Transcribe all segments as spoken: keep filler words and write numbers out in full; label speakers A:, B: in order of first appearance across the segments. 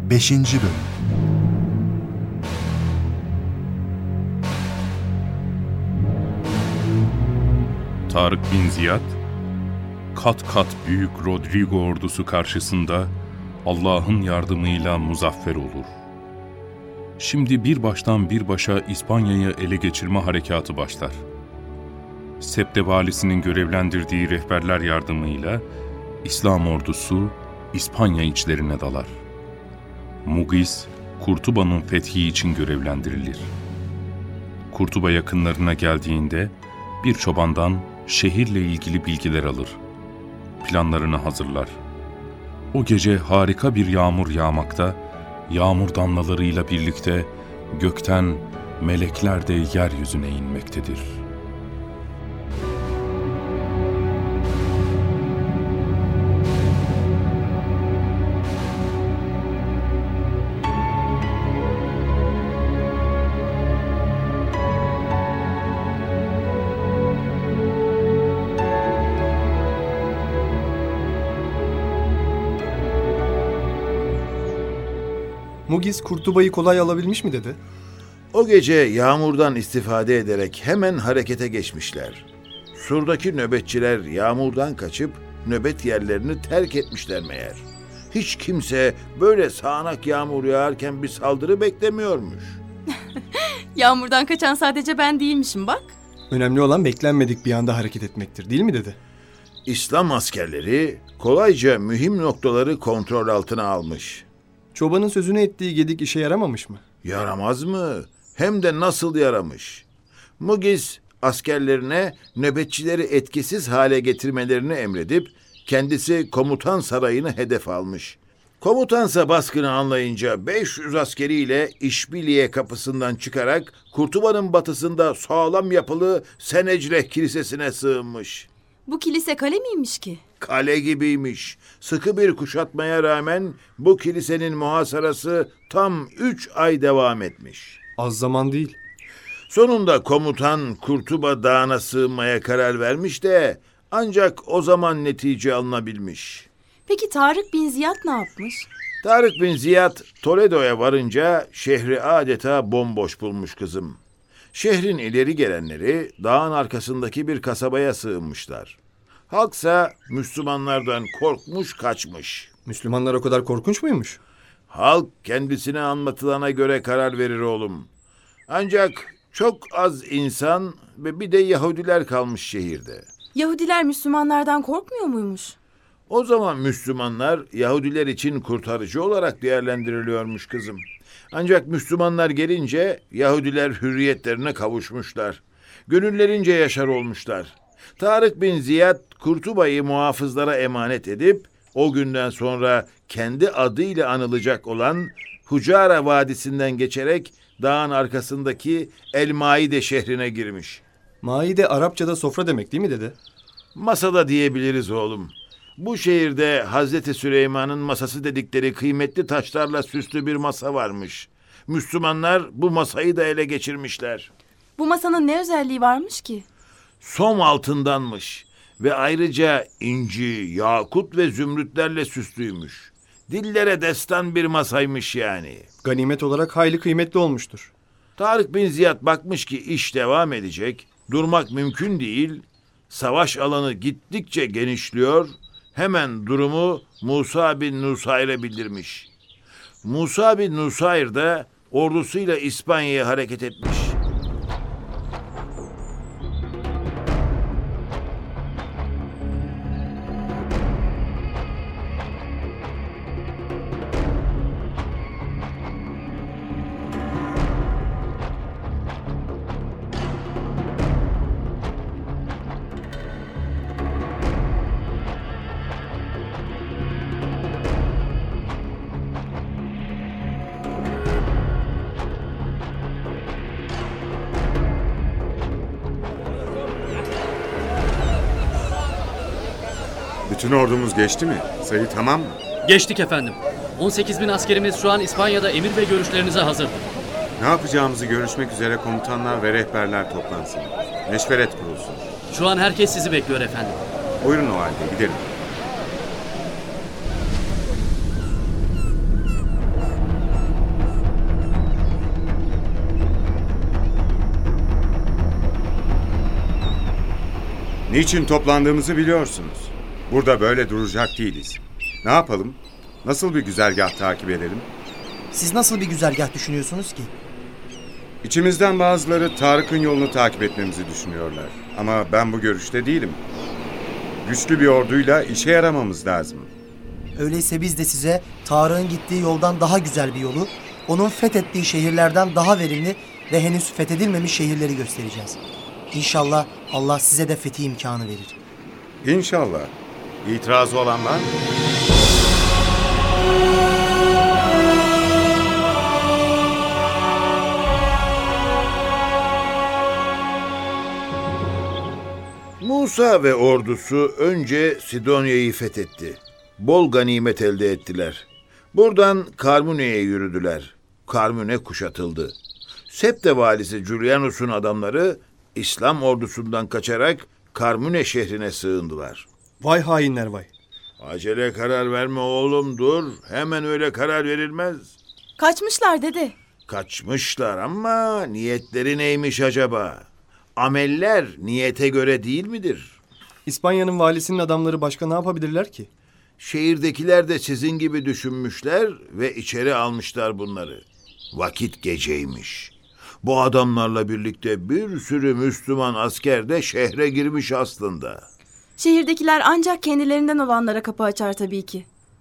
A: beşinci Bölüm.
B: Tarık bin Ziyad, kat kat büyük Rodrigo ordusu karşısında Allah'ın yardımıyla muzaffer olur. Şimdi bir baştan bir başa İspanya'yı ele geçirme harekatı başlar. Septe valisinin görevlendirdiği rehberler yardımıyla İslam ordusu İspanya içlerine dalar. Mugiz, Kurtuba'nın fethi için görevlendirilir. Kurtuba yakınlarına geldiğinde bir çobandan şehirle ilgili bilgiler alır. Planlarını hazırlar. O gece harika bir yağmur yağmakta, yağmur damlalarıyla birlikte gökten melekler de yeryüzüne inmektedir.
C: Mugiz Kurtuba'yı kolay alabilmiş mi dedi?
D: O gece yağmurdan istifade ederek hemen harekete geçmişler. Surdaki nöbetçiler yağmurdan kaçıp nöbet yerlerini terk etmişler meğer. Hiç kimse böyle sağanak yağmur yağarken bir saldırı beklemiyormuş.
E: Yağmurdan kaçan sadece ben değilmişim bak.
C: Önemli olan beklenmedik bir anda hareket etmektir, değil mi dedi?
D: İslam askerleri kolayca mühim noktaları kontrol altına almış.
C: Çobanın sözünü ettiği gedik işe yaramamış mı?
D: Yaramaz mı? Hem de nasıl yaramış? Mugiz askerlerine nöbetçileri etkisiz hale getirmelerini emredip kendisi komutan sarayını hedef almış. Komutansa baskını anlayınca beş yüz askeriyle İşbiliye kapısından çıkarak Kurtuba'nın batısında sağlam yapılı Senecreh Kilisesi'ne sığınmış.
E: Bu kilise kale miymiş ki?
D: Kale gibiymiş. Sıkı bir kuşatmaya rağmen bu kilisenin muhasarası tam üç ay devam etmiş.
C: Az zaman değil.
D: Sonunda komutan Kurtuba Dağı'na sığınmaya karar vermiş de ancak o zaman netice alınabilmiş.
E: Peki Tarık bin Ziyad ne yapmış?
D: Tarık bin Ziyad Toledo'ya varınca şehri adeta bomboş bulmuş kızım. Şehrin ileri gelenleri dağın arkasındaki bir kasabaya sığınmışlar. Halksa Müslümanlardan korkmuş kaçmış.
C: Müslümanlar o kadar korkunç muymuş?
D: Halk kendisine anlatılana göre karar verir oğlum. Ancak çok az insan ve bir de Yahudiler kalmış şehirde.
E: Yahudiler Müslümanlardan korkmuyor muymuş?
D: O zaman Müslümanlar Yahudiler için kurtarıcı olarak değerlendiriliyormuş kızım. Ancak Müslümanlar gelince Yahudiler hürriyetlerine kavuşmuşlar. Gönüllerince yaşar olmuşlar. Tarık bin Ziyad Kurtuba'yı muhafızlara emanet edip o günden sonra kendi adıyla anılacak olan Hucara Vadisi'nden geçerek dağın arkasındaki El Maide şehrine girmiş.
C: Maide Arapçada sofra demek değil mi dede?
D: Masada diyebiliriz oğlum. Bu şehirde Hazreti Süleyman'ın masası dedikleri kıymetli taşlarla süslü bir masa varmış. Müslümanlar bu masayı da ele geçirmişler.
E: Bu masanın ne özelliği varmış ki?
D: Som altındanmış ve ayrıca inci, yakut ve zümrütlerle süslüymüş. Dillere destan bir masaymış yani.
C: Ganimet olarak hayli kıymetli olmuştur.
D: Tarık bin Ziyad bakmış ki iş devam edecek, durmak mümkün değil, savaş alanı gittikçe genişliyor, hemen durumu Musa bin Nusayr'e bildirmiş. Musa bin Nusayr da ordusuyla İspanya'ya hareket etmiş.
F: Bütün ordumuz geçti mi? Sayı tamam mı?
G: Geçtik efendim. on sekiz bin askerimiz şu an İspanya'da emir ve görüşlerinize hazır.
F: Ne yapacağımızı görüşmek üzere komutanlar ve rehberler toplansın. Meşveret kurulsun.
G: Şu an herkes sizi bekliyor efendim.
F: Buyurun o halde gidelim. Niçin toplandığımızı biliyorsunuz. Burada böyle duracak değiliz. Ne yapalım? Nasıl bir güzergah takip edelim?
A: Siz nasıl bir güzergah düşünüyorsunuz ki?
F: İçimizden bazıları Tarık'ın yolunu takip etmemizi düşünüyorlar. Ama ben bu görüşte değilim. Güçlü bir orduyla işe yaramamız lazım.
A: Öyleyse biz de size Tarık'ın gittiği yoldan daha güzel bir yolu, onun fethettiği şehirlerden daha verimli ve henüz fethedilmemiş şehirleri göstereceğiz. İnşallah Allah size de fethi imkanı verir.
F: İnşallah. İtirazı olan var mı?
D: Musa ve ordusu önce Sidonya'yı fethetti. Bol ganimet elde ettiler. Buradan Karmune'ye yürüdüler. Karmune kuşatıldı. Septe valisi Julianus'un adamları İslam ordusundan kaçarak Karmune şehrine sığındılar.
C: Vay hainler vay.
D: Acele karar verme oğlum, dur. Hemen öyle karar verilmez.
E: Kaçmışlar dede.
D: Kaçmışlar ama niyetleri neymiş acaba? Ameller niyete göre değil midir?
C: İspanya'nın valisinin adamları başka ne yapabilirler ki?
D: Şehirdekiler de sizin gibi düşünmüşler ve içeri almışlar bunları. Vakit geceymiş. Bu adamlarla birlikte bir sürü Müslüman asker de şehre girmiş aslında.
E: Şehirdekiler ancak kendilerinden olanlara kapı açar tabii ki.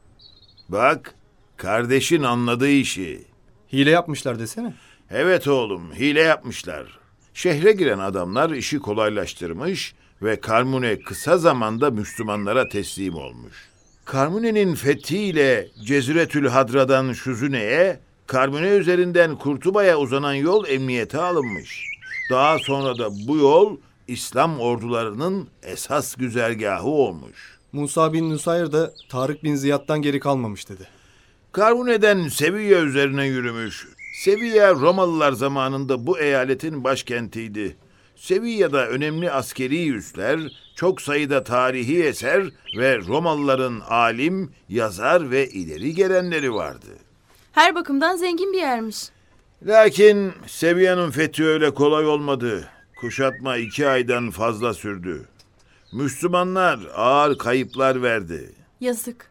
D: Bak, kardeşin anladığı işi.
C: Hile yapmışlar desene.
D: Evet oğlum, hile yapmışlar. Şehre giren adamlar işi kolaylaştırmış ve Karmune kısa zamanda Müslümanlara teslim olmuş. Karmune'nin fethiyle Ceziretül Hadra'dan Şuzune'ye, Karmune üzerinden Kurtuba'ya uzanan yol emniyete alınmış. Daha sonra da bu yol İslam ordularının esas güzergahı olmuş.
C: Musa bin Nusayr da Tarık bin Ziyad'dan geri kalmamış dedi.
D: Karmune'den Sevilla üzerine yürümüş. Sevilla Romalılar zamanında bu eyaletin başkentiydi. Sevilla'da önemli askeri üsler, çok sayıda tarihi eser ve Romalıların alim, yazar ve ileri gelenleri vardı.
E: Her bakımdan zengin bir yermiş.
D: Lakin Sevilla'nın fethi öyle kolay olmadı. Kuşatma iki aydan fazla sürdü. Müslümanlar ağır kayıplar verdi.
E: Yazık.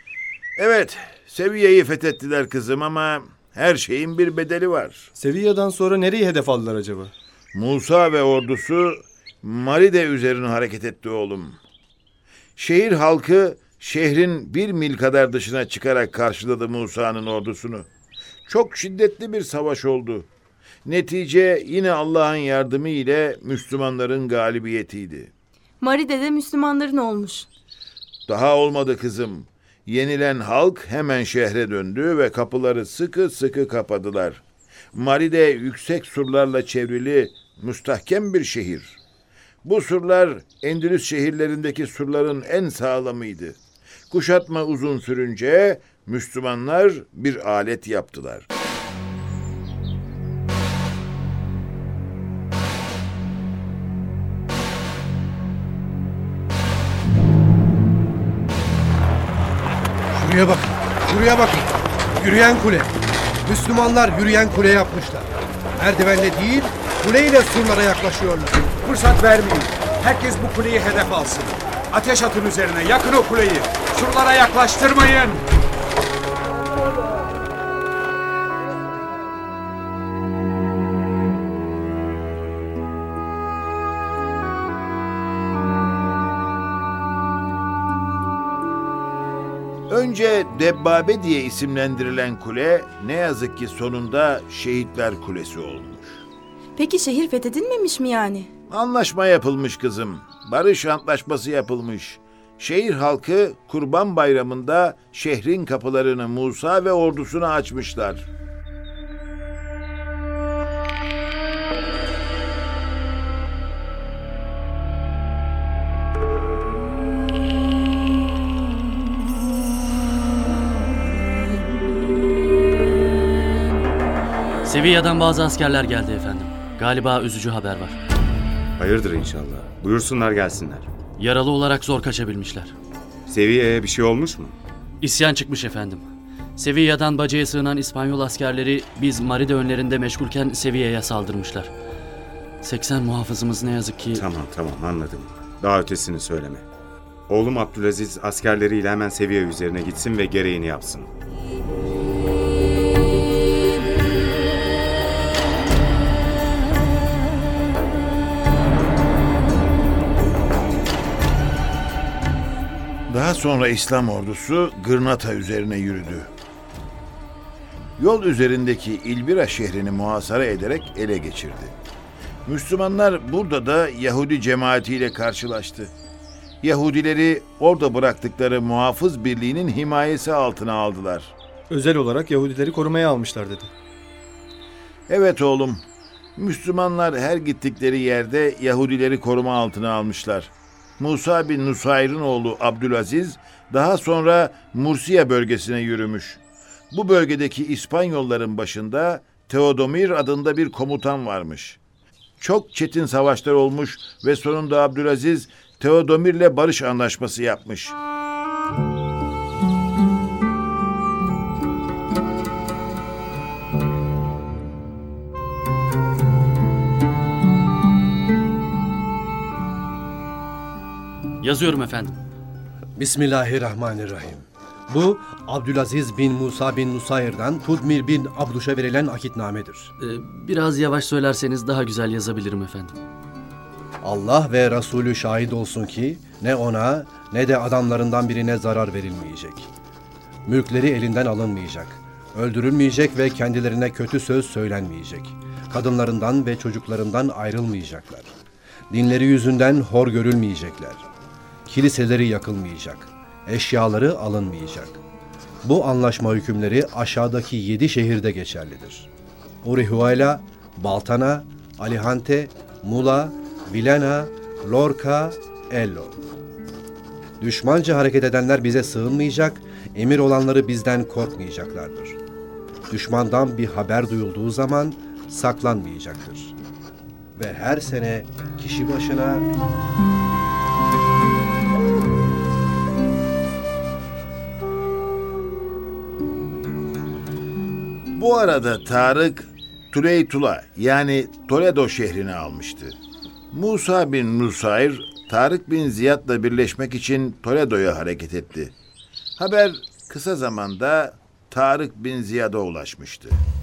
D: Evet, Sevilla'yı fethettiler kızım ama her şeyin bir bedeli var.
C: Sevilla'dan sonra nereyi hedef aldılar acaba?
D: Musa ve ordusu Maride üzerine hareket etti oğlum. Şehir halkı şehrin bir mil kadar dışına çıkarak karşıladı Musa'nın ordusunu. Çok şiddetli bir savaş oldu. Netice yine Allah'ın yardımı ile Müslümanların galibiyetiydi.
E: Maride'de Müslümanların olmuş.
D: Daha olmadı kızım. Yenilen halk hemen şehre döndü ve kapıları sıkı sıkı kapadılar. Maride yüksek surlarla çevrili müstahkem bir şehir. Bu surlar Endülüs şehirlerindeki surların en sağlamıydı. Kuşatma uzun sürünce Müslümanlar bir alet yaptılar.
H: Şuraya bakın, şuraya bakın. Yürüyen kule. Müslümanlar yürüyen kule yapmışlar. Merdivenle değil, kuleyle surlara yaklaşıyorlar.
I: Fırsat vermeyin. Herkes bu kuleyi hedef alsın. Ateş atın üzerine, yakın o kuleyi. Surlara yaklaştırmayın.
D: Önce Debbabe diye isimlendirilen kule ne yazık ki sonunda Şehitler Kulesi olmuş.
E: Peki şehir fethedilmemiş mi yani?
D: Anlaşma yapılmış kızım. Barış antlaşması yapılmış. Şehir halkı Kurban Bayramı'nda şehrin kapılarını Musa ve ordusuna açmışlar.
G: Sevilla'dan bazı askerler geldi efendim. Galiba üzücü haber var.
F: Hayırdır inşallah. Buyursunlar gelsinler.
G: Yaralı olarak zor kaçabilmişler.
F: Sevilla'ya bir şey olmuş mu?
G: İsyan çıkmış efendim. Sevilla'dan Baca'ya sığınan İspanyol askerleri biz Maride önlerinde meşgulken Sevilla'ya saldırmışlar. seksen muhafızımız ne yazık ki...
F: Tamam tamam anladım. Daha ötesini söyleme. Oğlum Abdülaziz askerleriyle hemen seviye üzerine gitsin ve gereğini yapsın.
D: Daha sonra İslam ordusu Gırnata üzerine yürüdü. Yol üzerindeki İlbira şehrini muhasara ederek ele geçirdi. Müslümanlar burada da Yahudi cemaatiyle karşılaştı. Yahudileri orada bıraktıkları muhafız birliğinin himayesi altına aldılar.
C: Özel olarak Yahudileri korumaya almışlar dedi.
D: Evet oğlum, Müslümanlar her gittikleri yerde Yahudileri koruma altına almışlar. Musa bin Nusayr'ın oğlu Abdülaziz daha sonra Mursiye bölgesine yürümüş. Bu bölgedeki İspanyolların başında Teodomir adında bir komutan varmış. Çok çetin savaşlar olmuş ve sonunda Abdülaziz Teodomir'le barış anlaşması yapmış.
G: Yazıyorum efendim.
H: Bismillahirrahmanirrahim. Bu Abdülaziz bin Musa bin Nusayr'dan Tudmir bin Abduş'a verilen akitnamedir.
G: Ee, biraz yavaş söylerseniz daha güzel yazabilirim efendim.
H: Allah ve Resulü şahit olsun ki ne ona ne de adamlarından birine zarar verilmeyecek. Mülkleri elinden alınmayacak. Öldürülmeyecek ve kendilerine kötü söz söylenmeyecek. Kadınlarından ve çocuklarından ayrılmayacaklar. Dinleri yüzünden hor görülmeyecekler. Kiliseleri yakılmayacak. Eşyaları alınmayacak. Bu anlaşma hükümleri aşağıdaki yedi şehirde geçerlidir. Orihuela, Baltana, Alihante, Mula, Vilena, Lorca, Ello. Düşmanca hareket edenler bize sığınmayacak, emir olanları bizden korkmayacaklardır. Düşmandan bir haber duyulduğu zaman saklanmayacaktır. Ve her sene kişi başına
D: Bu arada Tarık Tuleytula yani Toledo şehrini almıştı. Musa bin Nusayr, Tarık bin Ziyad'la birleşmek için Toledo'ya hareket etti. Haber kısa zamanda Tarık bin Ziyad'a ulaşmıştı.